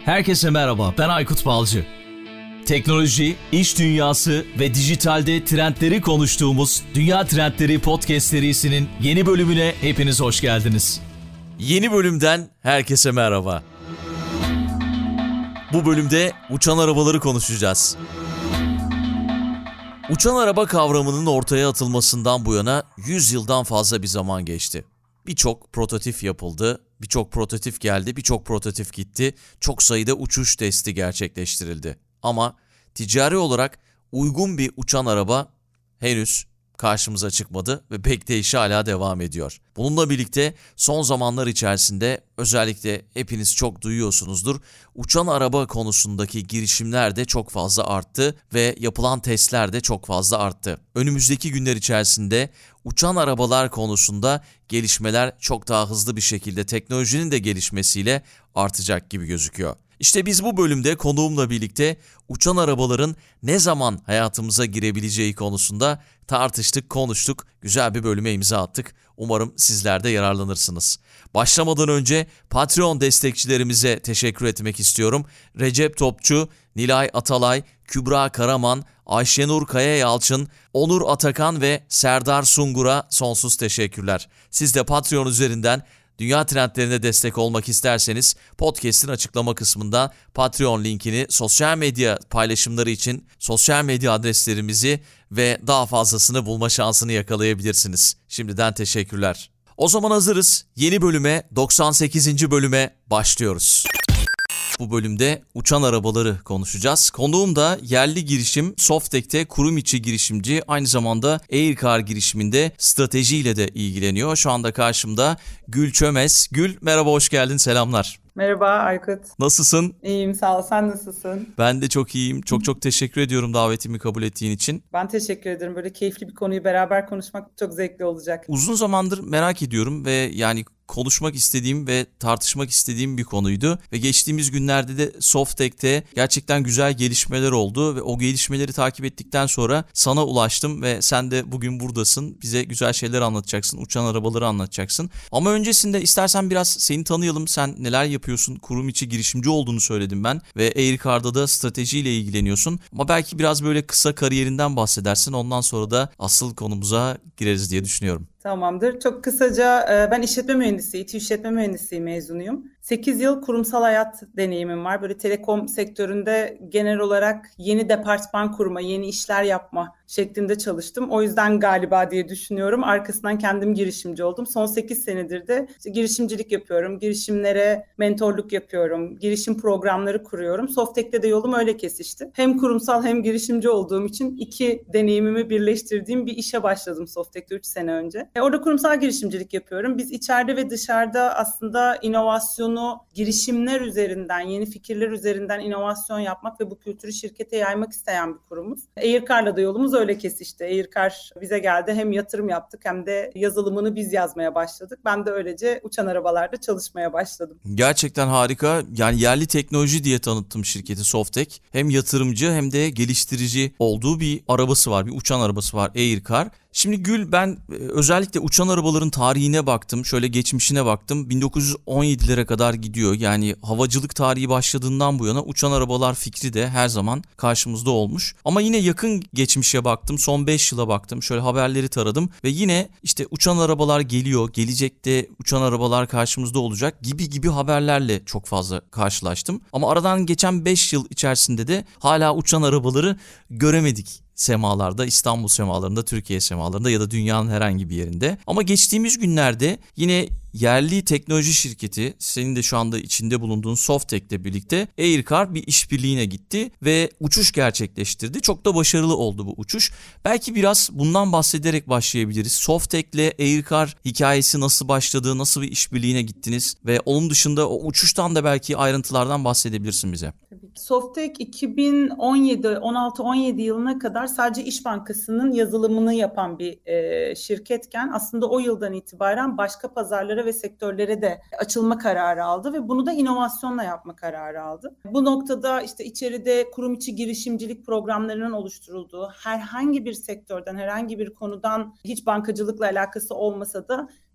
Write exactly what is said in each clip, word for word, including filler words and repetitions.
Herkese merhaba, ben Aykut Balcı. Teknoloji, iş dünyası ve dijitalde trendleri konuştuğumuz Dünya Trendleri Podcast serisinin yeni bölümüne hepiniz hoş geldiniz. Yeni bölümden herkese merhaba. Bu bölümde uçan arabaları konuşacağız. Uçan araba kavramının ortaya atılmasından bu yana yüz yıldan fazla bir zaman geçti. Birçok prototip yapıldı, birçok prototip geldi, birçok prototip gitti, çok sayıda uçuş testi gerçekleştirildi. Ama ticari olarak uygun bir uçan araba henüz karşımıza çıkmadı ve bekleyişi hala devam ediyor. Bununla birlikte son zamanlar içerisinde özellikle hepiniz çok duyuyorsunuzdur, uçan araba konusundaki girişimler de çok fazla arttı ve yapılan testler de çok fazla arttı. Önümüzdeki günler içerisinde uçan arabalar konusunda gelişmeler çok daha hızlı bir şekilde teknolojinin de gelişmesiyle artacak gibi gözüküyor. İşte biz bu bölümde konuğumla birlikte uçan arabaların ne zaman hayatımıza girebileceği konusunda tartıştık, konuştuk, güzel bir bölüme imza attık. Umarım sizler de yararlanırsınız. Başlamadan önce Patreon destekçilerimize teşekkür etmek istiyorum. Recep Topçu, Nilay Atalay, Kübra Karaman, Ayşenur Kaya Yalçın, Onur Atakan ve Serdar Sungur'a sonsuz teşekkürler. Siz de Patreon üzerinden Dünya Trendlerine destek olmak isterseniz podcast'in açıklama kısmında Patreon linkini, sosyal medya paylaşımları için sosyal medya adreslerimizi ve daha fazlasını bulma şansını yakalayabilirsiniz. Şimdiden teşekkürler. O zaman hazırız. Yeni bölüme, doksan sekizinci bölüme başlıyoruz. Bu bölümde uçan arabaları konuşacağız. Konuğum da yerli girişim Softek'te kurum içi girişimci, aynı zamanda Aircar girişiminde stratejiyle de ilgileniyor. Şu anda karşımda Gül Çömez. Gül, merhaba, hoş geldin, selamlar. Merhaba Aykut. Nasılsın? İyiyim, sağ ol. Sen nasılsın? Ben de çok iyiyim. Çok çok teşekkür ediyorum davetimi kabul ettiğin için. Ben teşekkür ederim. Böyle keyifli bir konuyu beraber konuşmak çok zevkli olacak. Uzun zamandır merak ediyorum ve yani konuşmak istediğim ve tartışmak istediğim bir konuydu. Ve geçtiğimiz günlerde de Softek'te gerçekten güzel gelişmeler oldu ve o gelişmeleri takip ettikten sonra sana ulaştım ve sen de bugün buradasın. Bize güzel şeyler anlatacaksın, uçan arabaları anlatacaksın. Ama öncesinde istersen biraz seni tanıyalım. Sen neler yapıyorsun? Kurum içi girişimci olduğunu söyledim ben ve Aircar'da da stratejiyle ilgileniyorsun. Ama belki biraz böyle kısa kariyerinden bahsedersin. Ondan sonra da asıl konumuza gireriz diye düşünüyorum. Tamamdır. Çok kısaca ben işletme mühendisiyim, İTÜ işletme mühendisliği mezunuyum. sekiz yıl kurumsal hayat deneyimim var. Böyle telekom sektöründe genel olarak yeni departman kurma, yeni işler yapma şeklinde çalıştım. O yüzden galiba diye düşünüyorum. Arkasından kendim girişimci oldum. Son sekiz senedir de işte girişimcilik yapıyorum. Girişimlere mentorluk yapıyorum. Girişim programları kuruyorum. Softek'te de yolum öyle kesişti. Hem kurumsal hem girişimci olduğum için iki deneyimimi birleştirdiğim bir işe başladım Softek'te üç sene önce. E orada kurumsal girişimcilik yapıyorum. Biz içeride ve dışarıda aslında inovasyonu girişimler üzerinden, yeni fikirler üzerinden inovasyon yapmak ve bu kültürü şirkete yaymak isteyen bir kurumuz. Aircar'la da yolumuz öyle kesişti. Aircar bize geldi. Hem yatırım yaptık hem de yazılımını biz yazmaya başladık. Ben de öylece uçan arabalarda çalışmaya başladım. Gerçekten harika. Yani yerli teknoloji diye tanıttım şirketi Softek. Hem yatırımcı hem de geliştirici olduğu bir arabası var. Bir uçan arabası var, Aircar. Şimdi Gül, ben özellikle uçan arabaların tarihine baktım, şöyle geçmişine baktım. bin dokuz yüz on yedilere kadar gidiyor. Yani havacılık tarihi başladığından bu yana uçan arabalar fikri de her zaman karşımızda olmuş. Ama yine yakın geçmişe baktım, son beş yıla baktım, şöyle haberleri taradım ve yine işte uçan arabalar geliyor, gelecekte uçan arabalar karşımızda olacak gibi gibi haberlerle çok fazla karşılaştım. Ama aradan geçen beş yıl içerisinde de hala uçan arabaları göremedik. Semalarda, İstanbul semalarında, Türkiye semalarında ya da dünyanın herhangi bir yerinde. Ama geçtiğimiz günlerde yine yerli teknoloji şirketi, senin de şu anda içinde bulunduğun Softek'le birlikte Aircar bir işbirliğine gitti ve uçuş gerçekleştirdi. Çok da başarılı oldu bu uçuş. Belki biraz bundan bahsederek başlayabiliriz. Softek'le Aircar hikayesi nasıl başladı, nasıl bir işbirliğine gittiniz ve onun dışında o uçuştan da belki ayrıntılardan bahsedebilirsin bize. Softek iki bin on yedi, on altı on yedi yılına kadar sadece İş Bankası'nın yazılımını yapan bir e, şirketken aslında o yıldan itibaren başka pazarlara ve sektörlere de açılma kararı aldı ve bunu da inovasyonla yapma kararı aldı. Bu noktada işte içeride kurum içi girişimcilik programlarının oluşturulduğu, herhangi bir sektörden, herhangi bir konudan hiç bankacılıkla alakası olmasa da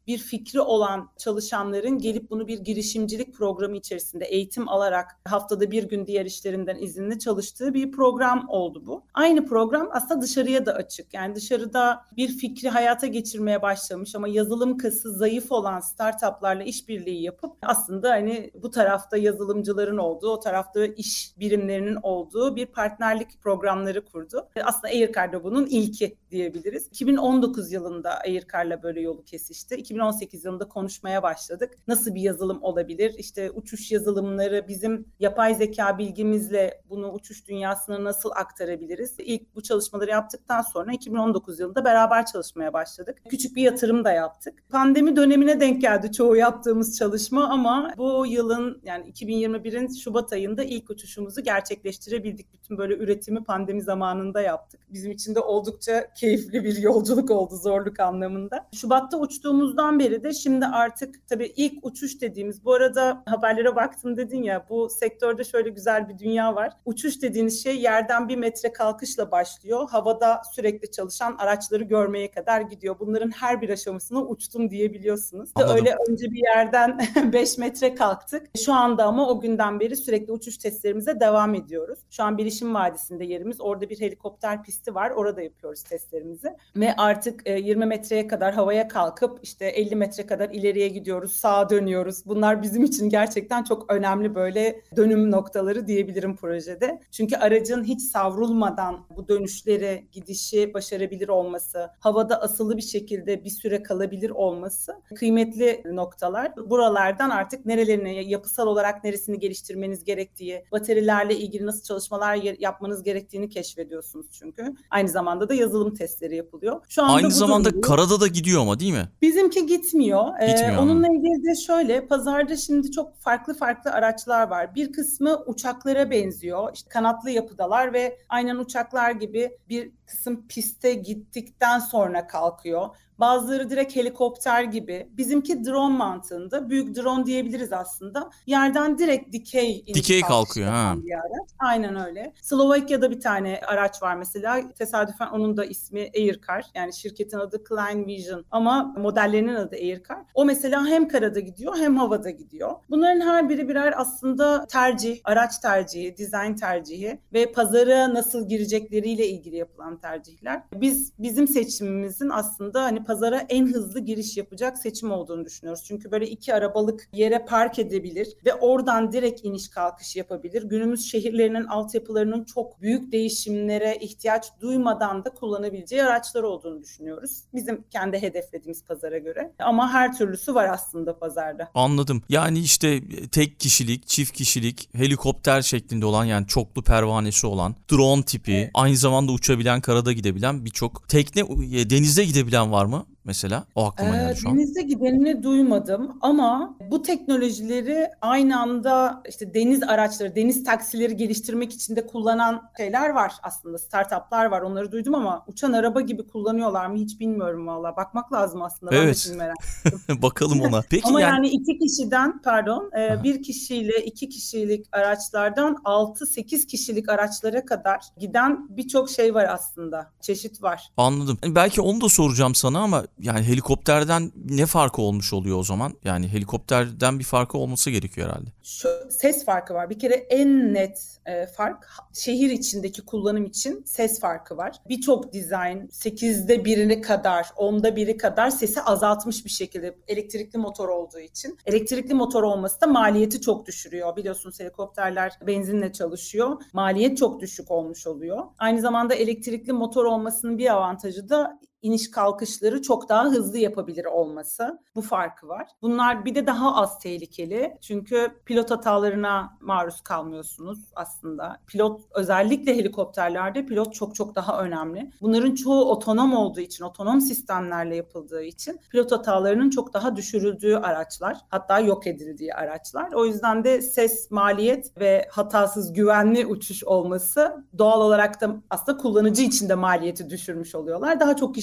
bir fikri olan çalışanların gelip bunu bir girişimcilik programı içerisinde eğitim alarak haftada bir gün diğer işlerinden izinli çalıştığı bir program oldu bu. Aynı program aslında dışarıya da açık. Yani dışarıda bir fikri hayata geçirmeye başlamış ama yazılım kası zayıf olan startuplarla işbirliği yapıp aslında hani bu tarafta yazılımcıların olduğu, o tarafta iş birimlerinin olduğu bir partnerlik programları kurdu. Aslında Aircar da bunun ilki diyebiliriz. iki bin on dokuz yılında Aircar'la böyle yolu kesişti. iki bin on sekiz yılında konuşmaya başladık. Nasıl bir yazılım olabilir? İşte uçuş yazılımları, bizim yapay zeka bilgimizle bunu uçuş dünyasına nasıl aktarabiliriz? İlk bu çalışmaları yaptıktan sonra iki bin on dokuz yılında beraber çalışmaya başladık. Küçük bir yatırım da yaptık. Pandemi dönemine denk geldi çoğu yaptığımız çalışma ama bu yılın yani iki bin yirmi birin Şubat ayında ilk uçuşumuzu gerçekleştirebildik. Bütün böyle üretimi pandemi zamanında yaptık. Bizim için de oldukça keyifli bir yolculuk oldu zorluk anlamında. Şubat'ta uçtuğumuzdan beri de şimdi artık tabii ilk uçuş dediğimiz, bu arada haberlere baktım dedin ya, bu sektörde şöyle güzel bir dünya var. Uçuş dediğiniz şey yerden bir metre kalkışla başlıyor. Havada sürekli çalışan araçları görmeye kadar gidiyor. Bunların her bir aşamasına uçtum diyebiliyorsunuz. Anladım. Öyle önce bir yerden beş metre kalktık. Şu anda ama o günden beri sürekli uçuş testlerimize devam ediyoruz. Şu an Bilişim Vadisi'nde yerimiz. Orada bir helikopter pisti var. Orada yapıyoruz testlerimizi. Ve artık yirmi metreye kadar havaya kalkıp işte elli metre kadar ileriye gidiyoruz. Sağa dönüyoruz. Bunlar bizim için gerçekten çok önemli böyle dönüm noktaları diyebilirim projede. Çünkü aracın hiç savrulmadan bu dönüşleri, gidişi başarabilir olması, havada asılı bir şekilde bir süre kalabilir olması kıymetli noktalar. Buralardan artık nerelerini, yapısal olarak neresini geliştirmeniz gerektiği, bataryalarla ilgili nasıl çalışmalar yapmanız gerektiğini keşfediyorsunuz çünkü. Aynı zamanda da yazılım testleri yapılıyor. Şu anda Aynı zamanda durumda, karada da gidiyor ama değil mi? bizimki gitmiyor. Gitmiyor Ee, onunla ilgili de şöyle, pazarda şimdi çok farklı farklı araçlar var. Bir kısmı uçaklara benziyor. İşte kanatlı yapıdalar ve aynen uçaklar gibi bir kısım piste gittikten sonra kalkıyor. Bazıları direkt helikopter gibi. Bizimki drone mantığında. Büyük drone diyebiliriz aslında. Yerden direkt dikey iniş Dikey kalkış kalkıyor, ha. yapan bir araç. Aynen öyle. Slovakya'da bir tane araç var mesela. Tesadüfen onun da ismi Aircar. Yani şirketin adı Klein Vision ama modellerinin adı Aircar. O mesela hem karada gidiyor hem havada gidiyor. Bunların her biri birer aslında tercih, araç tercihi, dizayn tercihi ve pazara nasıl girecekleriyle ilgili yapılan tercihler. Biz bizim seçimimizin aslında hani pazara en hızlı giriş yapacak seçim olduğunu düşünüyoruz. Çünkü böyle iki arabalık yere park edebilir ve oradan direkt iniş kalkış yapabilir. Günümüz şehirlerinin altyapılarının çok büyük değişimlere ihtiyaç duymadan da kullanabileceği araçlar olduğunu düşünüyoruz. Bizim kendi hedeflediğimiz pazara göre. Ama her türlüsü var aslında pazarda. Anladım. Yani işte tek kişilik, çift kişilik, helikopter şeklinde olan, yani çoklu pervanesi olan, drone tipi, evet. Aynı zamanda uçabilen, karada gidebilen birçok tekne, denizde gidebilen var mı? Mesela o aklıma geldi şu an. Denizde gidenini duymadım ama bu teknolojileri aynı anda işte deniz araçları, deniz taksileri geliştirmek için de kullanan şeyler var aslında. Startuplar var, onları duydum ama uçan araba gibi kullanıyorlar mı hiç bilmiyorum valla. Bakmak lazım aslında. Evet. Ben de şimdi merak ettim. Bakalım ona. Peki ama yani... yani iki kişiden pardon e, bir kişiyle iki kişilik araçlardan altı sekiz kişilik araçlara kadar giden birçok şey var aslında. Çeşit var. Anladım. Yani belki onu da soracağım sana ama yani helikopterden ne farkı olmuş oluyor o zaman? Yani helikopterden bir farkı olması gerekiyor herhalde. Şu, ses farkı var. Bir kere en net e, fark şehir içindeki kullanım için ses farkı var. Birçok dizayn sekizde birini kadar, onda biri kadar sesi azaltmış bir şekilde elektrikli motor olduğu için. Elektrikli motor olması da maliyeti çok düşürüyor. Biliyorsunuz helikopterler benzinle çalışıyor. Maliyet çok düşük olmuş oluyor. Aynı zamanda elektrikli motor olmasının bir avantajı da iniş kalkışları çok daha hızlı yapabilir olması. Bu farkı var. Bunlar bir de daha az tehlikeli. Çünkü pilot hatalarına maruz kalmıyorsunuz aslında. Pilot, özellikle helikopterlerde pilot çok çok daha önemli. Bunların çoğu otonom olduğu için, otonom sistemlerle yapıldığı için pilot hatalarının çok daha düşürüldüğü araçlar. Hatta yok edildiği araçlar. O yüzden de ses, maliyet ve hatasız güvenli uçuş olması doğal olarak da aslında kullanıcı için de maliyeti düşürmüş oluyorlar. Daha çok kişi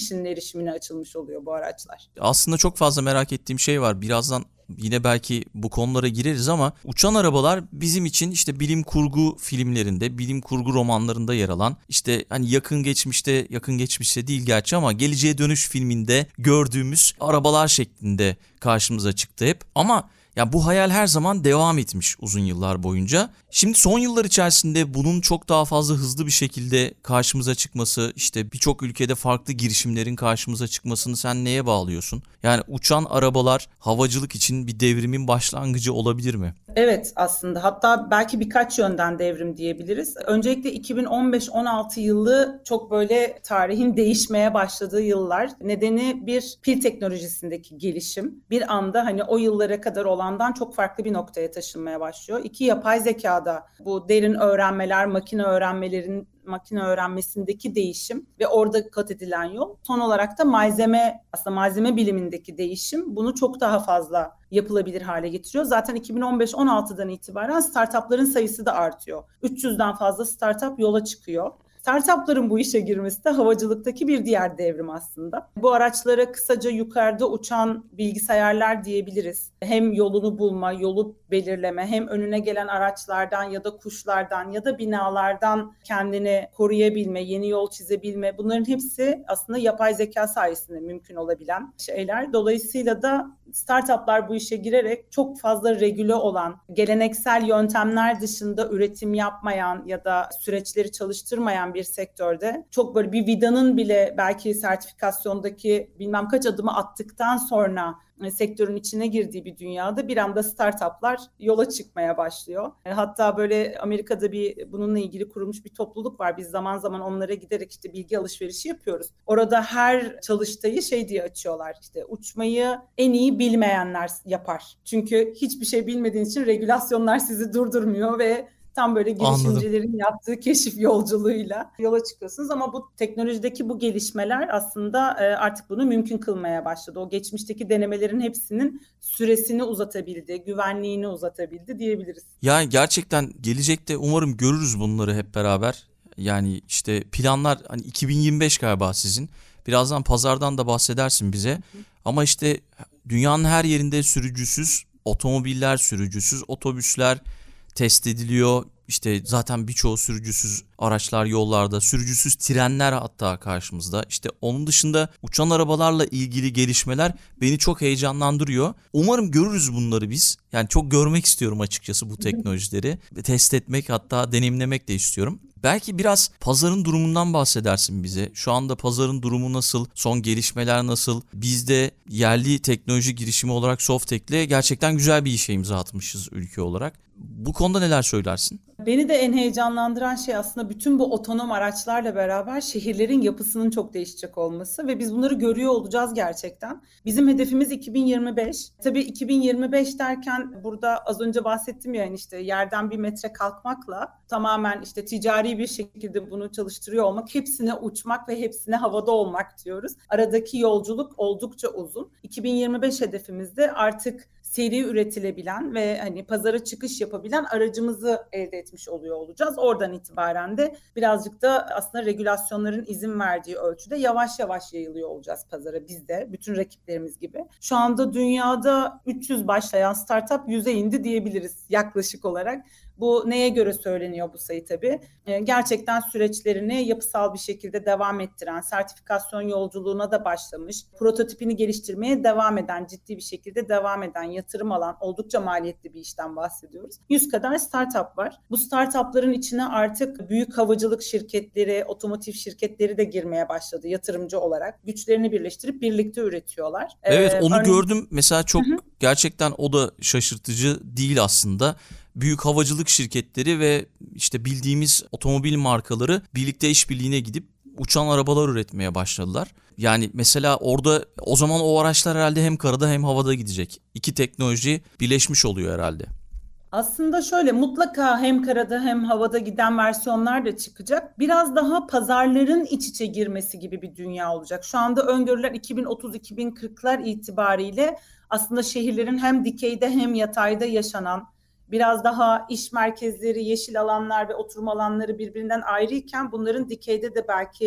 kişinin erişimine açılmış oluyor bu araçlar. Aslında çok fazla merak ettiğim şey var. Birazdan yine belki bu konulara gireriz ama uçan arabalar bizim için işte bilim kurgu filmlerinde, bilim kurgu romanlarında yer alan, işte hani yakın geçmişte, yakın geçmişte değil gerçi ama Geleceğe Dönüş filminde gördüğümüz arabalar şeklinde karşımıza çıktı hep. Ama ya bu hayal her zaman devam etmiş uzun yıllar boyunca. Şimdi son yıllar içerisinde bunun çok daha fazla hızlı bir şekilde karşımıza çıkması, işte birçok ülkede farklı girişimlerin karşımıza çıkmasını sen neye bağlıyorsun? Yani uçan arabalar havacılık için bir devrimin başlangıcı olabilir mi? Evet, aslında hatta belki birkaç yönden devrim diyebiliriz. Öncelikle iki bin on beş on altı yılı çok böyle tarihin değişmeye başladığı yıllar. Nedeni bir pil teknolojisindeki gelişim. Bir anda hani o yıllara kadar olandan çok farklı bir noktaya taşınmaya başlıyor. İki, yapay zekada bu derin öğrenmeler, makine öğrenmelerin makine öğrenmesindeki değişim ve orada kat edilen yol. Son olarak da malzeme, aslında malzeme bilimindeki değişim bunu çok daha fazla yapılabilir hale getiriyor. Zaten iki bin on beş on altıdan itibaren startupların sayısı da artıyor. üç yüzden fazla startup yola çıkıyor. Startupların bu işe girmesi de havacılıktaki bir diğer devrim aslında. Bu araçlara kısaca yukarıda uçan bilgisayarlar diyebiliriz. Hem yolunu bulma, yolu belirleme, hem önüne gelen araçlardan ya da kuşlardan ya da binalardan kendini koruyabilme, yeni yol çizebilme, bunların hepsi aslında yapay zeka sayesinde mümkün olabilen şeyler. Dolayısıyla da startuplar bu işe girerek çok fazla regüle olan, geleneksel yöntemler dışında üretim yapmayan ya da süreçleri çalıştırmayan bir sektörde çok böyle bir vidanın bile belki sertifikasyondaki bilmem kaç adımı attıktan sonra sektörün içine girdiği bir dünyada bir anda startuplar yola çıkmaya başlıyor. Hatta böyle Amerika'da bir bununla ilgili kurulmuş bir topluluk var. Biz zaman zaman onlara giderek işte bilgi alışverişi yapıyoruz. Orada her çalıştayı şey diye açıyorlar. İşte uçmayı en iyi bilmeyenler yapar. Çünkü hiçbir şey bilmediğin için regülasyonlar sizi durdurmuyor ve tam böyle girişimcilerin Anladım. yaptığı keşif yolculuğuyla yola çıkıyorsunuz. Ama bu teknolojideki bu gelişmeler aslında artık bunu mümkün kılmaya başladı. O geçmişteki denemelerin hepsinin süresini uzatabildi, güvenliğini uzatabildi diyebiliriz. Yani gerçekten gelecekte umarım görürüz bunları hep beraber. Yani işte planlar hani iki bin yirmi beş galiba sizin. Birazdan pazardan da bahsedersin bize. Hı hı. Ama işte dünyanın her yerinde sürücüsüz otomobiller, sürücüsüz otobüsler test ediliyor. İşte zaten birçoğu sürücüsüz araçlar yollarda, sürücüsüz trenler hatta karşımızda. İşte onun dışında uçan arabalarla ilgili gelişmeler beni çok heyecanlandırıyor. Umarım görürüz bunları biz. Yani çok görmek istiyorum açıkçası bu teknolojileri. Test etmek, hatta deneyimlemek de istiyorum. Belki biraz pazarın durumundan bahsedersin bize. Şu anda pazarın durumu nasıl? Son gelişmeler nasıl? Biz de yerli teknoloji girişimi olarak Softek'le gerçekten güzel bir işe imza atmışız ülke olarak. Bu konuda neler söylersin? Beni de en heyecanlandıran şey aslında bütün bu otonom araçlarla beraber şehirlerin yapısının çok değişecek olması ve biz bunları görüyor olacağız gerçekten. Bizim hedefimiz iki bin yirmi beş. Tabii iki bin yirmi beş derken burada az önce bahsettim ya, yani işte yerden bir metre kalkmakla tamamen işte ticari bir şekilde bunu çalıştırıyor olmak, hepsine uçmak ve hepsine havada olmak diyoruz. Aradaki yolculuk oldukça uzun. iki bin yirmi beş hedefimizde artık seri üretilebilen ve hani pazara çıkış yapabilen aracımızı elde etmiş oluyor olacağız. Oradan itibaren de birazcık da aslında regülasyonların izin verdiği ölçüde yavaş yavaş yayılıyor olacağız pazara biz de, bütün rakiplerimiz gibi. Şu anda dünyada üç yüz başlayan startup yüze indi diyebiliriz yaklaşık olarak. Bu neye göre söyleniyor bu sayı tabii? Ee, gerçekten süreçlerini yapısal bir şekilde devam ettiren, sertifikasyon yolculuğuna da başlamış, prototipini geliştirmeye devam eden, ciddi bir şekilde devam eden, yatırım alan, oldukça maliyetli bir işten bahsediyoruz. yüz kadar startup var. Bu startupların içine artık büyük havacılık şirketleri, otomotiv şirketleri de girmeye başladı yatırımcı olarak. Güçlerini birleştirip birlikte üretiyorlar. Evet, onu ee, örneğin... gördüm. Mesela çok hı hı. gerçekten o da şaşırtıcı değil aslında. Büyük havacılık şirketleri ve işte bildiğimiz otomobil markaları birlikte işbirliğine gidip uçan arabalar üretmeye başladılar. Yani mesela orada o zaman o araçlar herhalde hem karada hem havada gidecek. İki teknoloji birleşmiş oluyor herhalde. Aslında şöyle, mutlaka hem karada hem havada giden versiyonlar da çıkacak. Biraz daha pazarların iç içe girmesi gibi bir dünya olacak. Şu anda öngörüler iki bin otuz iki bin kırklar itibariyle aslında şehirlerin hem dikeyde hem yatayda yaşanan, biraz daha iş merkezleri, yeşil alanlar ve oturma alanları birbirinden ayrıyken bunların dikeyde de belki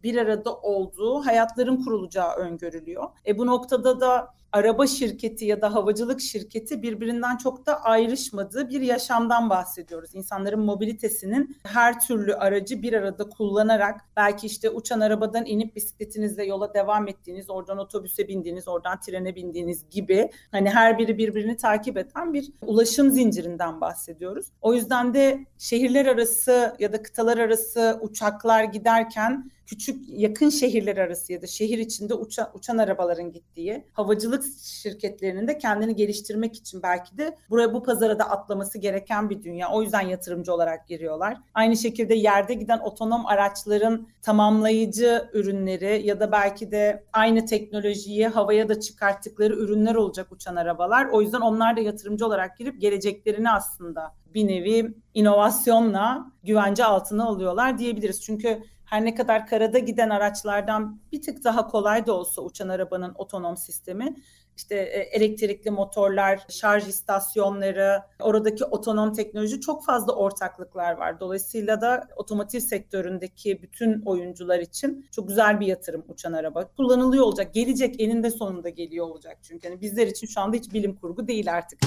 bir arada olduğu hayatların kurulacağı öngörülüyor. E bu noktada da araba şirketi ya da havacılık şirketi birbirinden çok da ayrışmadığı bir yaşamdan bahsediyoruz. İnsanların mobilitesinin her türlü aracı bir arada kullanarak belki işte uçan arabadan inip bisikletinizle yola devam ettiğiniz, oradan otobüse bindiğiniz, oradan trene bindiğiniz gibi hani her biri birbirini takip eden bir ulaşım zincirinden bahsediyoruz. O yüzden de şehirler arası ya da kıtalar arası uçaklar giderken küçük yakın şehirler arası ya da şehir içinde uça, uçan arabaların gittiği, havacılık şirketlerinin de kendini geliştirmek için belki de buraya bu pazara da atlaması gereken bir dünya. O yüzden yatırımcı olarak giriyorlar. Aynı şekilde yerde giden otonom araçların tamamlayıcı ürünleri ya da belki de aynı teknolojiyi havaya da çıkarttıkları ürünler olacak uçan arabalar. O yüzden onlar da yatırımcı olarak girip geleceklerini aslında bir nevi inovasyonla güvence altına alıyorlar diyebiliriz. Çünkü her ne kadar karada giden araçlardan bir tık daha kolay da olsa uçan arabanın otonom sistemi, işte elektrikli motorlar, şarj istasyonları, oradaki otonom teknoloji çok fazla ortaklıklar var. Dolayısıyla da otomotiv sektöründeki bütün oyuncular için çok güzel bir yatırım uçan araba. Kullanılıyor olacak, gelecek, eninde sonunda geliyor olacak çünkü. Yani bizler için şu anda hiç bilim kurgu değil artık.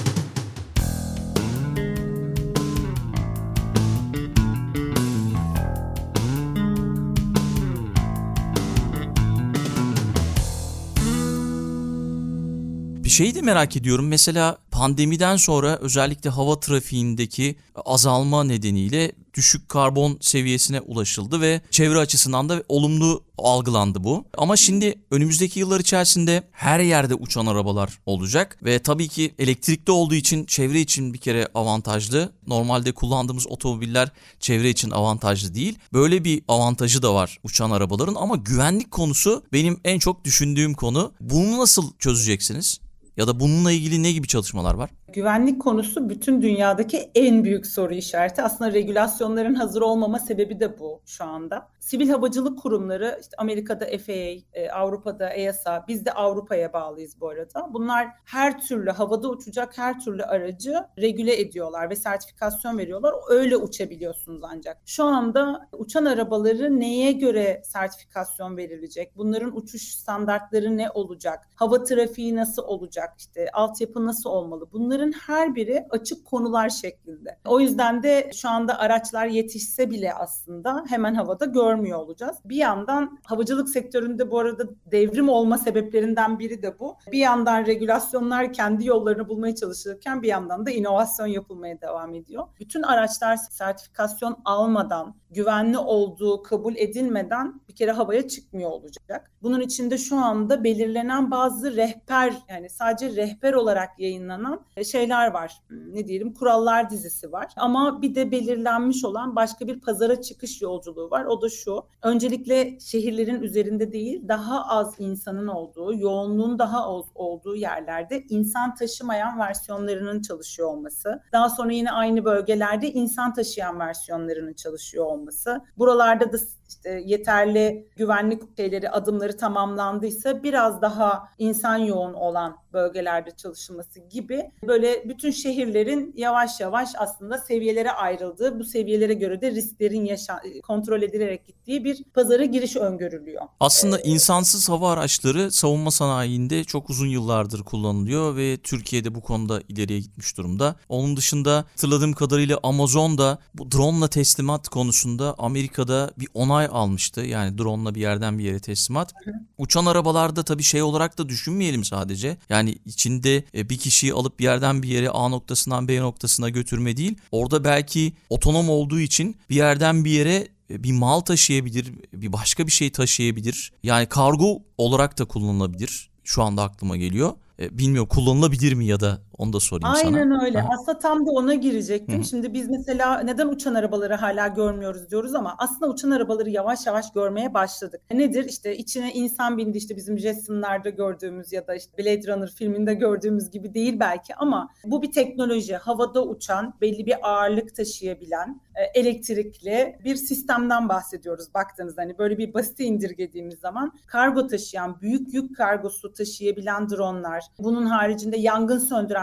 Bir şeyi de merak ediyorum. Mesela pandemiden sonra özellikle hava trafiğindeki azalma nedeniyle düşük karbon seviyesine ulaşıldı ve çevre açısından da olumlu algılandı bu. Ama şimdi önümüzdeki yıllar içerisinde her yerde uçan arabalar olacak ve tabii ki elektrikli olduğu için çevre için bir kere avantajlı. Normalde kullandığımız otomobiller çevre için avantajlı değil. Böyle bir avantajı da var uçan arabaların ama güvenlik konusu benim en çok düşündüğüm konu. Bunu nasıl çözeceksiniz? Ya da bununla ilgili ne gibi çalışmalar var? Güvenlik konusu bütün dünyadaki en büyük soru işareti. Aslında regülasyonların hazır olmama sebebi de bu şu anda. Sivil havacılık kurumları, işte Amerika'da F A A, Avrupa'da E A S A, biz de Avrupa'ya bağlıyız bu arada. Bunlar her türlü havada uçacak her türlü aracı regüle ediyorlar ve sertifikasyon veriyorlar. Öyle uçabiliyorsunuz ancak. Şu anda uçan arabaları neye göre sertifikasyon verilecek? Bunların uçuş standartları ne olacak? Hava trafiği nasıl olacak? İşte altyapı nasıl olmalı? Bunların her biri açık konular şeklinde. O yüzden de şu anda araçlar yetişse bile aslında hemen havada görmüyor olacağız. Bir yandan havacılık sektöründe bu arada devrim olma sebeplerinden biri de bu. Bir yandan regülasyonlar kendi yollarını bulmaya çalışırken bir yandan da inovasyon yapılmaya devam ediyor. Bütün araçlar sertifikasyon almadan, güvenli olduğu kabul edilmeden bir kere havaya çıkmıyor olacak. Bunun içinde şu anda belirlenen bazı rehber, yani sadece rehber olarak yayınlanan şeyler var. Ne diyelim, kurallar dizisi var. Ama bir de belirlenmiş olan başka bir pazara çıkış yolculuğu var. O da şu: öncelikle şehirlerin üzerinde değil, daha az insanın olduğu, yoğunluğun daha az olduğu yerlerde insan taşımayan versiyonlarının çalışıyor olması. Daha sonra yine aynı bölgelerde insan taşıyan versiyonlarının çalışıyor olması. Buralarda da işte yeterli güvenlik şeyleri, adımları tamamlandıysa biraz daha insan yoğun olan bölgelerde çalışılması gibi, böyle bütün şehirlerin yavaş yavaş aslında seviyelere ayrıldığı, bu seviyelere göre de risklerin yaşa- kontrol edilerek gittiği bir pazara giriş öngörülüyor. Aslında ee, insansız hava araçları savunma sanayinde çok uzun yıllardır kullanılıyor ve Türkiye'de bu konuda ileriye gitmiş durumda. Onun dışında hatırladığım kadarıyla Amazon da bu drone'la teslimat konusunda Amerika'da bir onay almıştı. Yani drone'la bir yerden bir yere teslimat. Hı hı. Uçan arabalarda tabii şey olarak da düşünmeyelim sadece. Yani içinde bir kişiyi alıp bir yerden bir yere, A noktasından B noktasına götürme değil. Orada belki otonom olduğu için bir yerden bir yere bir mal taşıyabilir, bir başka bir şey taşıyabilir. Yani kargo olarak da kullanılabilir. Şu anda aklıma geliyor. Bilmiyorum, kullanılabilir mi ya da onu da sorayım Aynen sana. Aynen öyle. Aha. Aslında tam da ona girecektim. Hı-hı. Şimdi biz mesela neden uçan arabaları hala görmüyoruz diyoruz ama aslında uçan arabaları yavaş yavaş görmeye başladık. Nedir? İşte içine insan bindi, işte bizim Jetson'larda gördüğümüz ya da işte Blade Runner filminde gördüğümüz gibi değil belki ama bu bir teknoloji. Havada uçan, belli bir ağırlık taşıyabilen, elektrikli bir sistemden bahsediyoruz baktığınızda. Hani böyle bir basite indirgediğimiz zaman kargo taşıyan, büyük yük kargosu taşıyabilen dronlar, bunun haricinde yangın söndüren,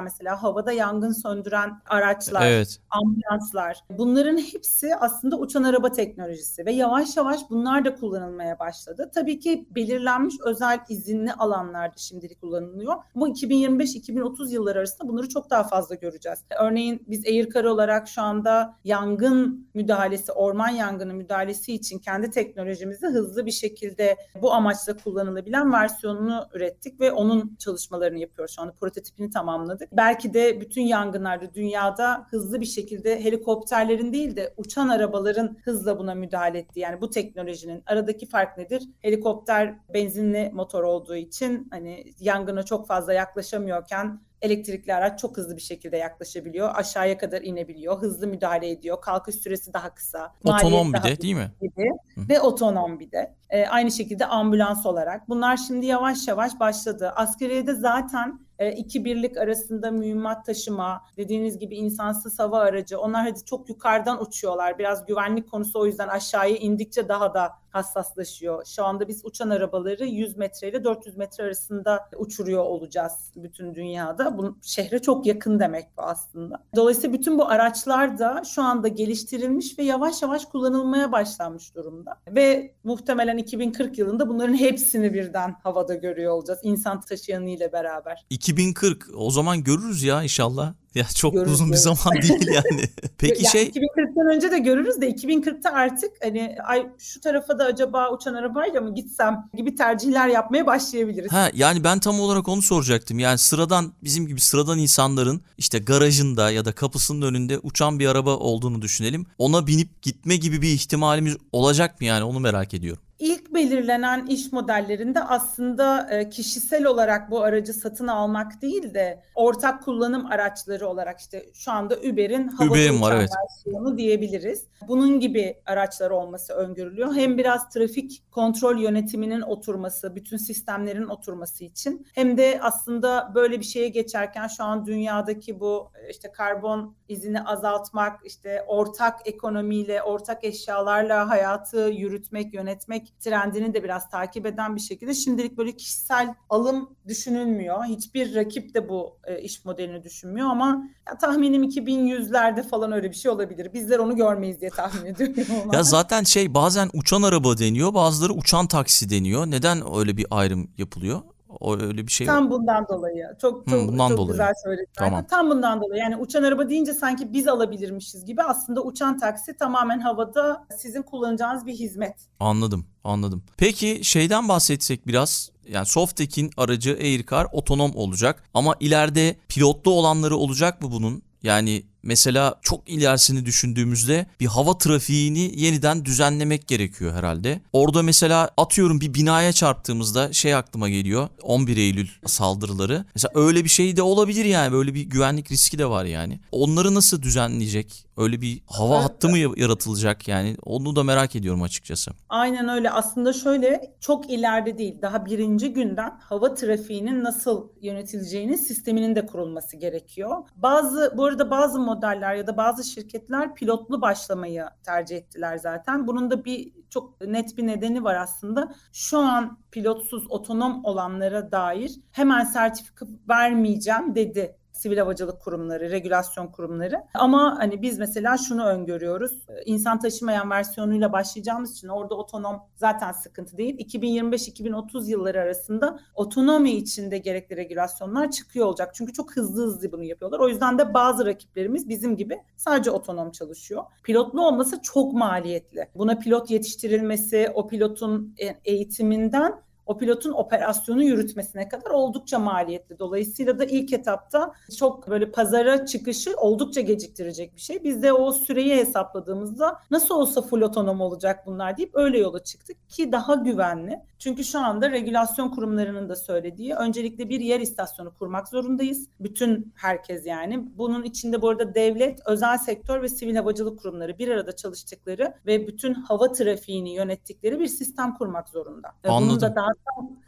mesela havada yangın söndüren araçlar, Evet. ambulanslar, bunların hepsi aslında uçan araba teknolojisi ve yavaş yavaş bunlar da kullanılmaya başladı. Tabii ki belirlenmiş özel izinli alanlarda şimdilik kullanılıyor. Bu iki bin yirmi beş iki bin otuz yılları arasında bunları çok daha fazla göreceğiz. Örneğin biz Aircar olarak şu anda yangın müdahalesi, orman yangını müdahalesi için kendi teknolojimizi hızlı bir şekilde bu amaçla kullanılabilen versiyonunu ürettik ve onun çalışmalarını yapıyoruz. Şu anda prototipini tamamladık. Belki de bütün yangınlarda dünyada hızlı bir şekilde helikopterlerin değil de uçan arabaların hızla buna müdahale ettiği, yani bu teknolojinin aradaki fark nedir? Helikopter benzinli motor olduğu için hani yangına çok fazla yaklaşamıyorken elektrikli araç çok hızlı bir şekilde yaklaşabiliyor. Aşağıya kadar inebiliyor. Hızlı müdahale ediyor. Kalkış süresi daha kısa. Otonom bir daha de değil mi? Gibi. Ve otonom bir de. Ee, aynı şekilde ambulans olarak. Bunlar şimdi yavaş yavaş başladı. Askeriyede zaten e, iki birlik arasında mühimmat taşıma, dediğiniz gibi insansız hava aracı, onlar hadi çok yukarıdan uçuyorlar. Biraz güvenlik konusu o yüzden aşağıya indikçe daha da hassaslaşıyor. Şu anda biz uçan arabaları yüz metre ile dört yüz metre arasında uçuruyor olacağız bütün dünyada. Bu şehre çok yakın demek bu aslında. Dolayısıyla bütün bu araçlar da şu anda geliştirilmiş ve yavaş yavaş kullanılmaya başlanmış durumda. Ve muhtemelen iki bin kırk yılında bunların hepsini birden havada görüyor olacağız. İnsan taşıyanıyla beraber. iki bin kırk o zaman görürüz ya inşallah. Ya çok Görürüz, uzun görürüz. bir zaman değil yani. Peki yani şey iki bin kırktan önce de görürüz de iki bin kırkta artık hani ay şu tarafa da acaba uçan arabayla mı gitsem gibi tercihler yapmaya başlayabiliriz. Ha yani ben tam olarak onu soracaktım. Yani sıradan bizim gibi sıradan insanların işte garajında ya da kapısının önünde uçan bir araba olduğunu düşünelim. Ona binip gitme gibi bir ihtimalimiz olacak mı yani, onu merak ediyorum. İlk belirlenen iş modellerinde aslında kişisel olarak bu aracı satın almak değil de ortak kullanım araçları olarak işte şu anda Uber'in havada Uber'in var, uçan evet. versiyonu diyebiliriz. Bunun gibi araçlar olması öngörülüyor. Hem biraz trafik kontrol yönetiminin oturması, bütün sistemlerin oturması için, hem de aslında böyle bir şeye geçerken şu an dünyadaki bu işte karbon izini azaltmak, işte ortak ekonomiyle, ortak eşyalarla hayatı yürütmek, yönetmek trendini de biraz takip eden bir şekilde şimdilik böyle kişisel alım düşünülmüyor. Hiçbir rakip de bu e, iş modelini düşünmüyor ama ya, tahminim iki bin yüzlerde falan öyle bir şey olabilir. Bizler onu görmeyiz diye tahmin ediyorum. Ama. Ya zaten şey, bazen uçan araba deniyor, bazıları uçan taksi deniyor. Neden öyle bir ayrım yapılıyor? O öyle bir şey var. Tam bundan dolayı. Çok Hı, çok bundan çok dolayı. güzel söyledin. Tamam. Tam bundan dolayı. Yani uçan araba deyince sanki biz alabilirmişiz gibi. Aslında uçan taksi tamamen havada sizin kullanacağınız bir hizmet. Anladım, anladım. Peki şeyden bahsetsek biraz. Yani Softek'in aracı Aircar otonom olacak ama ileride pilotlu olanları olacak mı bunun? Yani mesela çok ilerisini düşündüğümüzde bir hava trafiğini yeniden düzenlemek gerekiyor herhalde. Orada mesela atıyorum bir binaya çarptığımızda şey aklıma geliyor, on bir Eylül saldırıları. Mesela öyle bir şey de olabilir yani, böyle bir güvenlik riski de var yani. Onları nasıl düzenleyecek? Öyle bir hava Evet. hattı mı yaratılacak yani? Onu da merak ediyorum açıkçası. Aynen öyle. Aslında şöyle, çok ileride değil, daha birinci günden hava trafiğinin nasıl yönetileceğinin sisteminin de kurulması gerekiyor. Bazı bu arada bazı modeller ya da bazı şirketler pilotlu başlamayı tercih ettiler zaten. Bunun da bir çok net bir nedeni var aslında. Şu an pilotsuz otonom olanlara dair hemen sertifika vermeyeceğim dedi sivil havacılık kurumları, regülasyon kurumları. Ama hani biz mesela şunu öngörüyoruz. İnsan taşımayan versiyonuyla başlayacağımız için orada otonom zaten sıkıntı değil. iki bin yirmi beş iki bin otuz yılları arasında otonomi içinde gerekli regülasyonlar çıkıyor olacak. Çünkü çok hızlı hızlı bunu yapıyorlar. O yüzden de bazı rakiplerimiz bizim gibi sadece otonom çalışıyor. Pilotlu olması çok maliyetli. Buna pilot yetiştirilmesi, o pilotun eğitiminden o pilotun operasyonu yürütmesine kadar oldukça maliyetli. Dolayısıyla da ilk etapta çok böyle pazara çıkışı oldukça geciktirecek bir şey. Biz de o süreyi hesapladığımızda nasıl olsa full otonom olacak bunlar deyip öyle yola çıktık ki daha güvenli. Çünkü şu anda regülasyon kurumlarının da söylediği, öncelikle bir yer istasyonu kurmak zorundayız. Bütün herkes yani. Bunun içinde bu arada devlet, özel sektör ve sivil havacılık kurumları bir arada çalıştıkları ve bütün hava trafiğini yönettikleri bir sistem kurmak zorunda. Anladım. Bunun da daha tam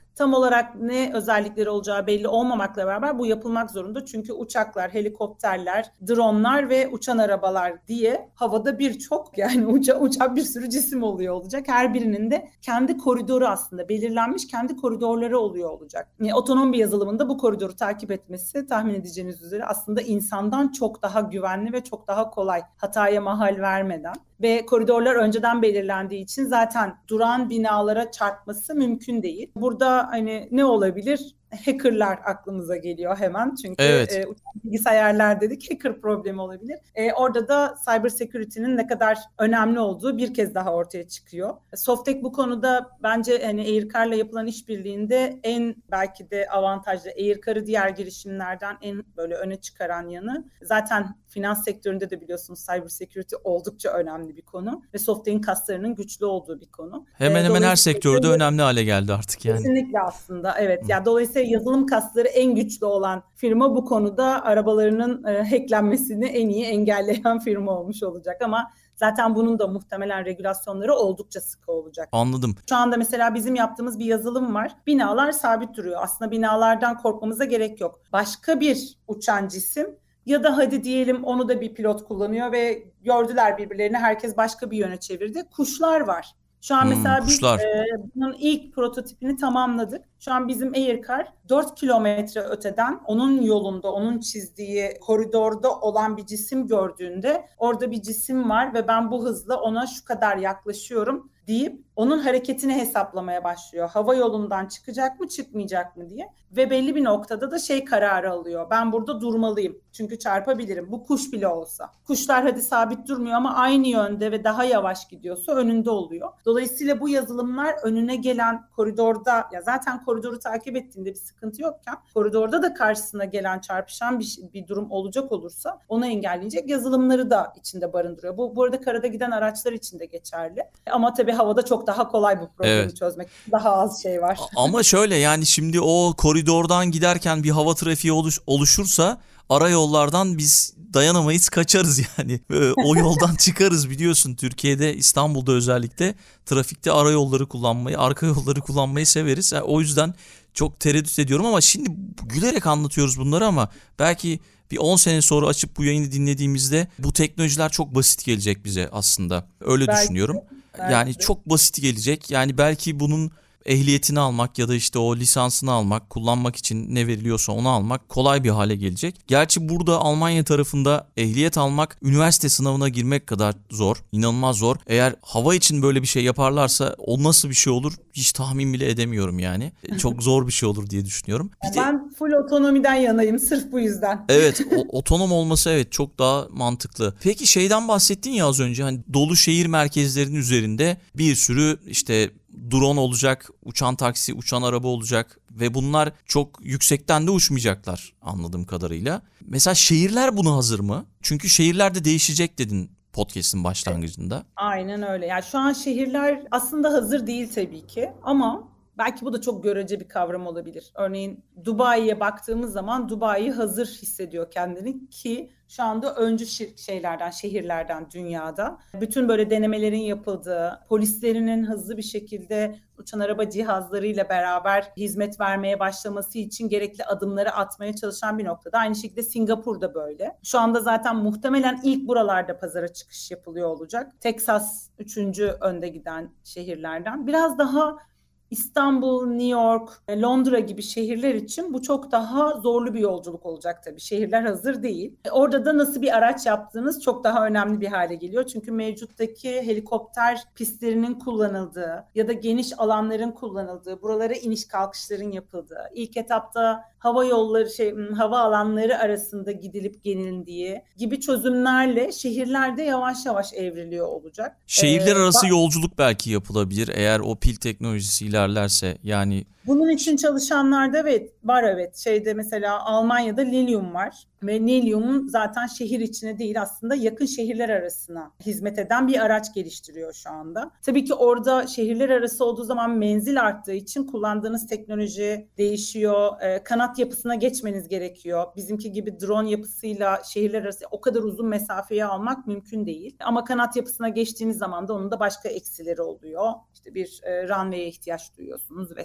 tam olarak ne özellikleri olacağı belli olmamakla beraber bu yapılmak zorunda. Çünkü uçaklar, helikopterler, dronlar ve uçan arabalar diye havada birçok yani uça, uçan bir sürü cisim oluyor olacak. Her birinin de kendi koridoru aslında belirlenmiş kendi koridorları oluyor olacak. Yani otonom bir yazılımında bu koridoru takip etmesi tahmin edeceğiniz üzere aslında insandan çok daha güvenli ve çok daha kolay, hataya mahal vermeden. Ve koridorlar önceden belirlendiği için zaten duran binalara çarpması mümkün değil. Burada hani ne olabilir? Hackerlar aklımıza geliyor hemen. Çünkü Evet. e, bilgisayarlar dedik, hacker problemi olabilir. E, orada da cyber security'nin ne kadar önemli olduğu bir kez daha ortaya çıkıyor. Softek bu konuda bence hani Aircar'la yapılan işbirliğinde en belki de avantajlı, Aircar'ı diğer girişimlerden en böyle öne çıkaran yanı. Zaten finans sektöründe de biliyorsunuz cyber security oldukça önemli bir konu ve Softek'in kaslarının güçlü olduğu bir konu. Hemen hemen her sektörde önemli hale geldi artık yani. Kesinlikle aslında evet. Yani dolayısıyla yazılım kasları en güçlü olan firma bu konuda arabalarının e, hacklenmesini en iyi engelleyen firma olmuş olacak ama zaten bunun da muhtemelen regülasyonları oldukça sıkı olacak. Anladım. Şu anda mesela bizim yaptığımız bir yazılım var. Binalar sabit duruyor. Aslında binalardan korkmamıza gerek yok. Başka bir uçan cisim ya da hadi diyelim onu da bir pilot kullanıyor ve gördüler birbirlerini, herkes başka bir yöne çevirdi. Kuşlar var. Şu an Hmm, mesela kuşlar. biz e, bunun ilk prototipini tamamladık. Şu an bizim Aircar dört kilometre öteden onun yolunda, onun çizdiği koridorda olan bir cisim gördüğünde orada bir cisim var ve ben bu hızla ona şu kadar yaklaşıyorum deyip onun hareketini hesaplamaya başlıyor. Hava yolundan çıkacak mı, çıkmayacak mı diye. Ve belli bir noktada da şey kararı alıyor. Ben burada durmalıyım. Çünkü çarpabilirim. Bu kuş bile olsa. Kuşlar hadi sabit durmuyor ama aynı yönde ve daha yavaş gidiyorsa önünde oluyor. Dolayısıyla bu yazılımlar önüne gelen koridorda, ya zaten koridoru takip ettiğinde bir sıkıntı yokken koridorda da karşısına gelen çarpışan bir, bir durum olacak olursa onu engelleyecek yazılımları da içinde barındırıyor. Bu, bu arada karada giden araçlar için de geçerli. Ama tabii havada çok daha kolay bu problemi evet. çözmek. Daha az şey var. Ama şöyle yani şimdi o koridordan giderken bir hava trafiği oluş, oluşursa ara yollardan biz dayanamayız, kaçarız yani. O yoldan çıkarız biliyorsun. Türkiye'de, İstanbul'da özellikle trafikte ara yolları kullanmayı, arka yolları kullanmayı severiz. Yani o yüzden çok tereddüt ediyorum ama şimdi gülerek anlatıyoruz bunları ama belki bir on sene sonra açıp bu yayını dinlediğimizde bu teknolojiler çok basit gelecek bize aslında. Öyle belki düşünüyorum. De, belki yani de. Çok basit gelecek. Yani belki bunun ehliyetini almak ya da işte o lisansını almak, kullanmak için ne veriliyorsa onu almak kolay bir hale gelecek. Gerçi burada Almanya tarafında ehliyet almak üniversite sınavına girmek kadar zor, inanılmaz zor. Eğer hava için böyle bir şey yaparlarsa o nasıl bir şey olur hiç tahmin bile edemiyorum yani. Çok zor bir şey olur diye düşünüyorum. Bir ben de, full otonomiden yanayım sırf bu yüzden. Evet, o, otonom olması evet çok daha mantıklı. Peki şeyden bahsettin ya az önce, hani dolu şehir merkezlerinin üzerinde bir sürü işte drone olacak, uçan taksi, uçan araba olacak ve bunlar çok yüksekten de uçmayacaklar anladığım kadarıyla. Mesela şehirler buna hazır mı? Çünkü şehirler de değişecek dedin podcast'in başlangıcında. Aynen öyle. Yani şu an şehirler aslında hazır değil tabii ki ama belki bu da çok görece bir kavram olabilir. Örneğin Dubai'ye baktığımız zaman Dubai hazır hissediyor kendini ki şu anda öncü şeylerden, şehirlerden dünyada. Bütün böyle denemelerin yapıldığı, polislerinin hızlı bir şekilde uçan araba cihazlarıyla beraber hizmet vermeye başlaması için gerekli adımları atmaya çalışan bir noktada. Aynı şekilde Singapur'da böyle. Şu anda zaten muhtemelen ilk buralarda pazara çıkış yapılıyor olacak. Texas üçüncü önde giden şehirlerden. Biraz daha İstanbul, New York, Londra gibi şehirler için bu çok daha zorlu bir yolculuk olacak tabii. Şehirler hazır değil. Orada da nasıl bir araç yaptığınız çok daha önemli bir hale geliyor. Çünkü mevcuttaki helikopter pistlerinin kullanıldığı ya da geniş alanların kullanıldığı, buralara iniş kalkışların yapıldığı, ilk etapta hava yolları, şey, hava alanları arasında gidilip gelindiği gibi çözümlerle şehirlerde yavaş yavaş evriliyor olacak. Şehirler ee, arası ba- yolculuk belki yapılabilir eğer o pil teknolojisiyle ilerlerse yani. Bunun için çalışanlar da evet var evet. Şeyde mesela Almanya'da Lilium var ve Lilium'un zaten şehir içine değil aslında yakın şehirler arasına hizmet eden bir araç geliştiriyor şu anda. Tabii ki orada şehirler arası olduğu zaman menzil arttığı için kullandığınız teknoloji değişiyor. Ee, kanat yapısına geçmeniz gerekiyor. Bizimki gibi drone yapısıyla şehirler arası o kadar uzun mesafeyi almak mümkün değil. Ama kanat yapısına geçtiğiniz zaman da onun da başka eksileri oluyor. İşte bir e, runway'e ihtiyaç duyuyorsunuz vesaire vesaire.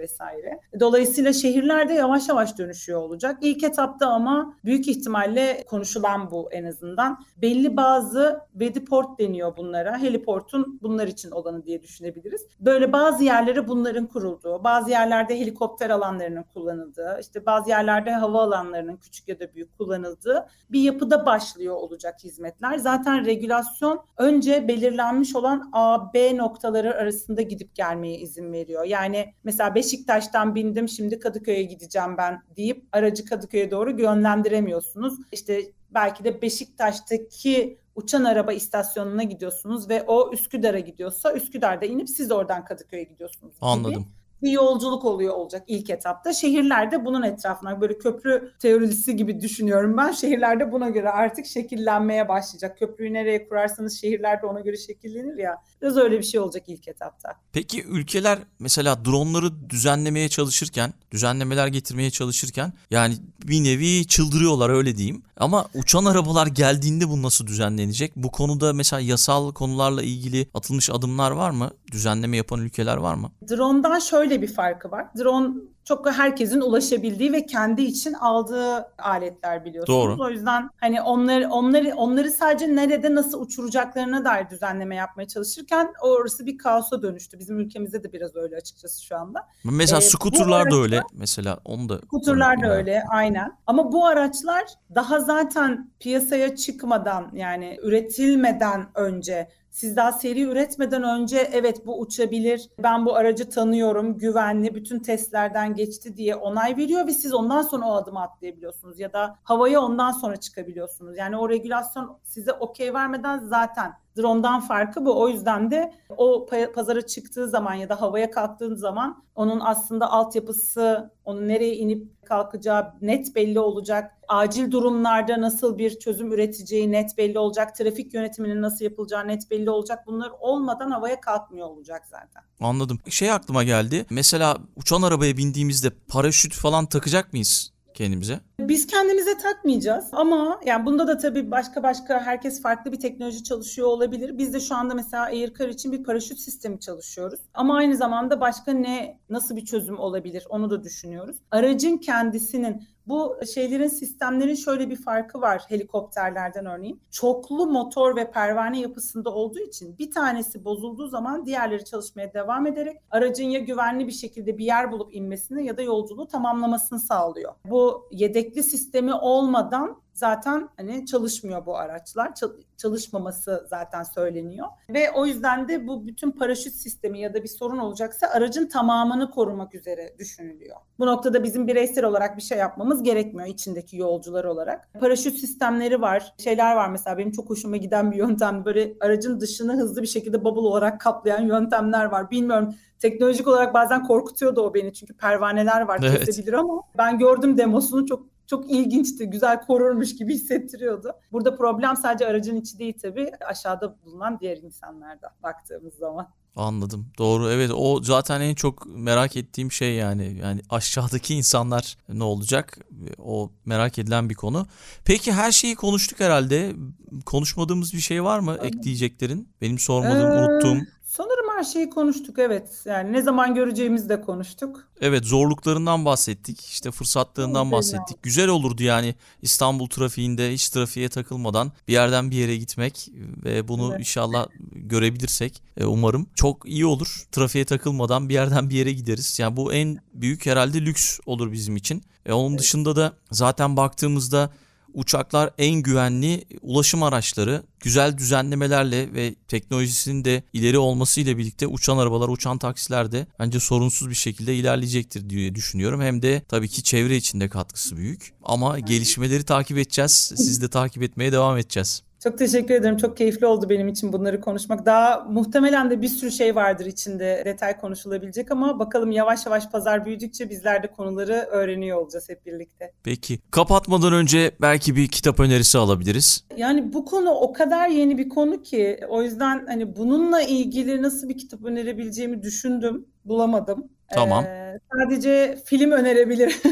vesaire. Dolayısıyla şehirler de yavaş yavaş dönüşüyor olacak. İlk etapta ama büyük ihtimalle konuşulan bu en azından. Belli bazı Vediport deniyor bunlara. Heliport'un bunlar için olanı diye düşünebiliriz. Böyle bazı yerlere bunların kurulduğu, bazı yerlerde helikopter alanlarının kullanıldığı, işte bazı yerlerde hava alanlarının küçük ya da büyük kullanıldığı bir yapıda başlıyor olacak hizmetler. Zaten regülasyon önce belirlenmiş olan A, B noktaları arasında gidip gelmeye izin veriyor. Yani mesela Beşiktaş'tan bindim, şimdi Kadıköy'e gideceğim ben deyip aracı Kadıköy'e doğru yönlendiremiyorsunuz. İşte belki de Beşiktaş'taki uçan araba istasyonuna gidiyorsunuz ve o Üsküdar'a gidiyorsa Üsküdar'da inip siz oradan Kadıköy'e gidiyorsunuz gibi. Anladım. Bir yolculuk oluyor olacak ilk etapta. Şehirlerde bunun etrafına böyle köprü teorisi gibi düşünüyorum ben. Şehirlerde buna göre artık şekillenmeye başlayacak. Köprüyü nereye kurarsanız şehirlerde ona göre şekillenir ya. Biraz öyle bir şey olacak ilk etapta. Peki ülkeler mesela dronları düzenlemeye çalışırken, düzenlemeler getirmeye çalışırken yani bir nevi çıldırıyorlar öyle diyeyim. Ama uçan arabalar geldiğinde bu nasıl düzenlenecek? Bu konuda mesela yasal konularla ilgili atılmış adımlar var mı? Düzenleme yapan ülkeler var mı? Drone'dan şöyle bir farkı var. Drone çok herkesin ulaşabildiği ve kendi için aldığı aletler biliyorsunuz. Doğru. O yüzden hani onları onları onları sadece nerede nasıl uçuracaklarına dair düzenleme yapmaya çalışırken orası bir kaosa dönüştü. Bizim ülkemizde de biraz öyle açıkçası şu anda. Mesela Ee, skuterlar da araçlar, öyle. Mesela onu da skuterlar da yani. öyle aynen. Ama bu araçlar daha zaten piyasaya çıkmadan yani üretilmeden önce siz daha seri üretmeden önce evet bu uçabilir, ben bu aracı tanıyorum, güvenli, bütün testlerden geçti diye onay veriyor ve siz ondan sonra o adımı atlayabiliyorsunuz ya da havaya ondan sonra çıkabiliyorsunuz. Yani o regülasyon size okey vermeden zaten drone'dan farkı bu. O yüzden de o pazara çıktığı zaman ya da havaya kalktığın zaman onun aslında altyapısı, onun nereye inip kalkacağı net belli olacak. Acil durumlarda nasıl bir çözüm üreteceği net belli olacak. Trafik yönetiminin nasıl yapılacağı net belli olacak. Bunlar olmadan havaya kalkmıyor olacak zaten. Anladım. Şey aklıma geldi. Mesela uçan arabaya bindiğimizde paraşüt falan takacak mıyız kendimize? Biz kendimize takmayacağız ama yani bunda da tabii başka başka herkes farklı bir teknoloji çalışıyor olabilir. Biz de şu anda mesela Aircar için bir paraşüt sistemi çalışıyoruz. Ama aynı zamanda başka ne nasıl bir çözüm olabilir onu da düşünüyoruz. Aracın kendisinin bu şeylerin sistemlerin şöyle bir farkı var helikopterlerden örneğin. Çoklu motor ve pervane yapısında olduğu için bir tanesi bozulduğu zaman diğerleri çalışmaya devam ederek aracın ya güvenli bir şekilde bir yer bulup inmesini ya da yolculuğu tamamlamasını sağlıyor. Bu yedekli sistemi olmadan zaten hani çalışmıyor bu araçlar. Çalışmaması zaten söyleniyor. Ve o yüzden de bu bütün paraşüt sistemi ya da bir sorun olacaksa aracın tamamını korumak üzere düşünülüyor. Bu noktada bizim bireysel olarak bir şey yapmamız gerekmiyor içindeki yolcular olarak. Paraşüt sistemleri var. Şeyler var mesela benim çok hoşuma giden bir yöntem. Böyle aracın dışını hızlı bir şekilde bubble olarak kaplayan yöntemler var. Bilmiyorum teknolojik olarak bazen korkutuyor da o beni çünkü pervaneler var Evet. kesebilir ama ben gördüm demosunu çok Çok ilginçti, güzel korurmuş gibi hissettiriyordu. Burada problem sadece aracın içi değil tabii, aşağıda bulunan diğer insanlarda baktığımız zaman. Anladım. Doğru. Evet, o zaten en çok merak ettiğim şey yani. Yani aşağıdaki insanlar ne olacak? O merak edilen bir konu. Peki her şeyi konuştuk herhalde. Konuşmadığımız bir şey var mı ekleyeceklerin? Benim sormadığım, Ee, unuttuğum. Sanırım her şeyi konuştuk evet. Yani ne zaman göreceğimizi de konuştuk. Evet, zorluklarından bahsettik. İşte fırsatlarından bahsettik. Güzel olurdu yani İstanbul trafiğinde hiç trafiğe takılmadan bir yerden bir yere gitmek ve bunu Evet. inşallah görebilirsek umarım çok iyi olur. Trafiğe takılmadan bir yerden bir yere gideriz. Yani bu en büyük herhalde lüks olur bizim için. E onun Evet. dışında da zaten baktığımızda uçaklar en güvenli ulaşım araçları. Güzel düzenlemelerle ve teknolojisinin de ileri olmasıyla birlikte uçan arabalar, uçan taksiler de bence sorunsuz bir şekilde ilerleyecektir diye düşünüyorum. Hem de tabii ki çevre için de katkısı büyük. Ama gelişmeleri takip edeceğiz. Siz de takip etmeye devam edeceğiz. Çok teşekkür ederim. Çok keyifli oldu benim için bunları konuşmak. Daha muhtemelen de bir sürü şey vardır içinde detay konuşulabilecek ama bakalım yavaş yavaş pazar büyüdükçe bizler de konuları öğreniyor olacağız hep birlikte. Peki. Kapatmadan önce belki bir kitap önerisi alabiliriz. Yani bu konu o kadar yeni bir konu ki o yüzden hani bununla ilgili nasıl bir kitap önerebileceğimi düşündüm. Bulamadım. Tamam. Ee, sadece film önerebilirim.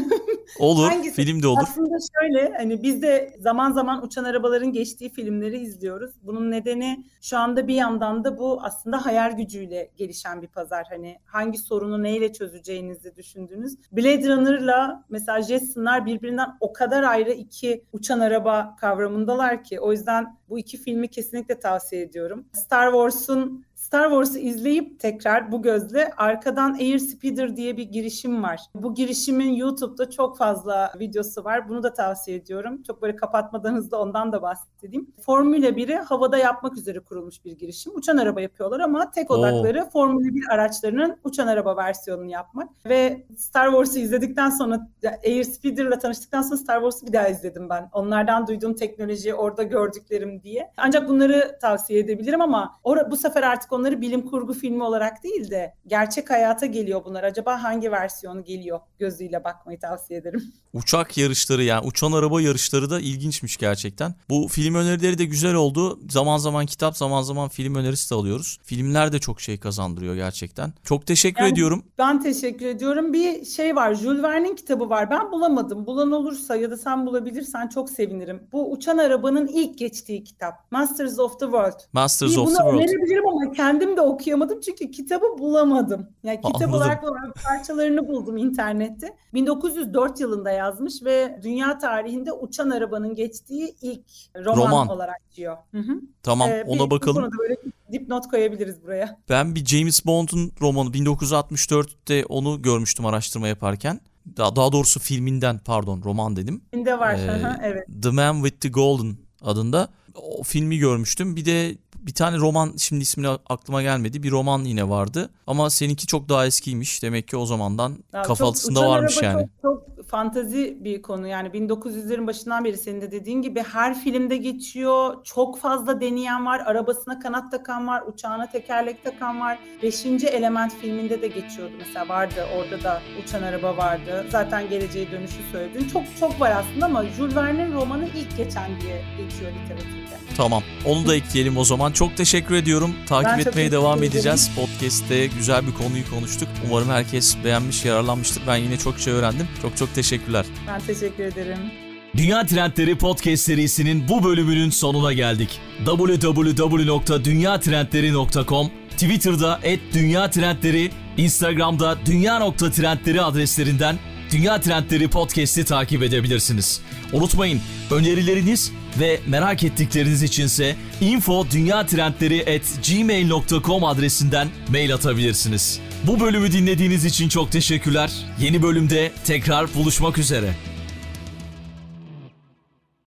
Olur, Hangisi? film de olur. Aslında şöyle, hani biz de zaman zaman uçan arabaların geçtiği filmleri izliyoruz. Bunun nedeni şu anda bir yandan da bu aslında hayal gücüyle gelişen bir pazar. Hani hangi sorunu neyle çözeceğinizi düşündüğünüz. Blade Runner'la mesela Jetson'lar birbirinden o kadar ayrı iki uçan araba kavramındalar ki. O yüzden bu iki filmi kesinlikle tavsiye ediyorum. Star Wars'un Star Wars'u izleyip tekrar bu gözle arkadan Airspeeder diye bir girişim var. Bu girişimin YouTube'da çok fazla videosu var. Bunu da tavsiye ediyorum. Çok böyle kapatmadan hızlı ondan da bahsedeyim. Formula biri havada yapmak üzere kurulmuş bir girişim. Uçan araba yapıyorlar ama tek odakları Oo. Formula bir araçlarının uçan araba versiyonunu yapmak. Ve Star Wars'u izledikten sonra, Airspeeder'la tanıştıktan sonra Star Wars'u bir daha izledim ben. Onlardan duyduğum teknolojiyi orada gördüklerim diye. Ancak bunları tavsiye edebilirim ama or- bu sefer artık onları bilim kurgu filmi olarak değil de gerçek hayata geliyor bunlar. Acaba hangi versiyonu geliyor gözüyle bakmayı tavsiye ederim. Uçak yarışları, yani uçan araba yarışları da ilginçmiş gerçekten. Bu film önerileri de güzel oldu. Zaman zaman kitap, zaman zaman film önerisi de alıyoruz. Filmler de çok şey kazandırıyor gerçekten. Çok teşekkür yani, ediyorum. Ben teşekkür ediyorum. Bir şey var, Jules Verne'in kitabı var. Ben bulamadım. Bulan olursa ya da sen bulabilirsen çok sevinirim. Bu uçan arabanın ilk geçtiği kitap. Masters of the World. Masters İyi, of the bunu World. önerebilirim ama kendim de okuyamadım çünkü kitabı bulamadım. Yani kitap Anladım. olarak parçalarını buldum internette. bin dokuz yüz dört yılında yazmış ve dünya tarihinde uçan arabanın geçtiği ilk roman, roman. olarak diyor. Hı hı. Tamam, ee, ona bir, bakalım. Bu konuda böyle dipnot koyabiliriz buraya. Ben bir James Bond'un romanı bin dokuz yüz altmış dörtte onu görmüştüm araştırma yaparken. Daha, daha doğrusu filminden, pardon, roman dedim. Filmde var. Ee, hı hı, evet. The Man with the Golden adında o filmi görmüştüm. Bir de bir tane roman, şimdi ismini aklıma gelmedi. Bir roman yine vardı. Ama seninki çok daha eskiymiş. Demek ki o zamandan ya kafasında varmış yani. Çok, çok fantazi bir konu. Yani bin dokuz yüzlerin başından beri senin de dediğin gibi her filmde geçiyor. Çok fazla deneyen var. Arabasına kanat takan var. Uçağına tekerlek takan var. Beşinci Element filminde de geçiyordu. Mesela vardı. Orada da uçan araba vardı. Zaten Geleceğe Dönüşü söyledin. Çok çok var aslında ama Jules Verne'in romanı ilk geçen diye geçiyor literatürde. Tamam. Onu da ekleyelim o zaman. Çok teşekkür ediyorum. Takip ben etmeye devam edeceğiz. Podcast'te güzel bir konuyu konuştuk. Umarım herkes beğenmiş, yararlanmıştır. Ben yine çok şey öğrendim. Çok çok teşekkürler. Ben teşekkür ederim. Dünya Trendleri Podcast serisinin bu bölümünün sonuna geldik. double-u double-u double-u nokta dünya trendleri nokta com, Twitter'da et dünya trendleri, Instagram'da dünya nokta trendleri adreslerinden Dünya Trendleri Podcast'i takip edebilirsiniz. Unutmayın, önerileriniz ve merak ettikleriniz içinse info dünya trendleri at gmail nokta com adresinden mail atabilirsiniz. Bu bölümü dinlediğiniz için çok teşekkürler. Yeni bölümde tekrar buluşmak üzere.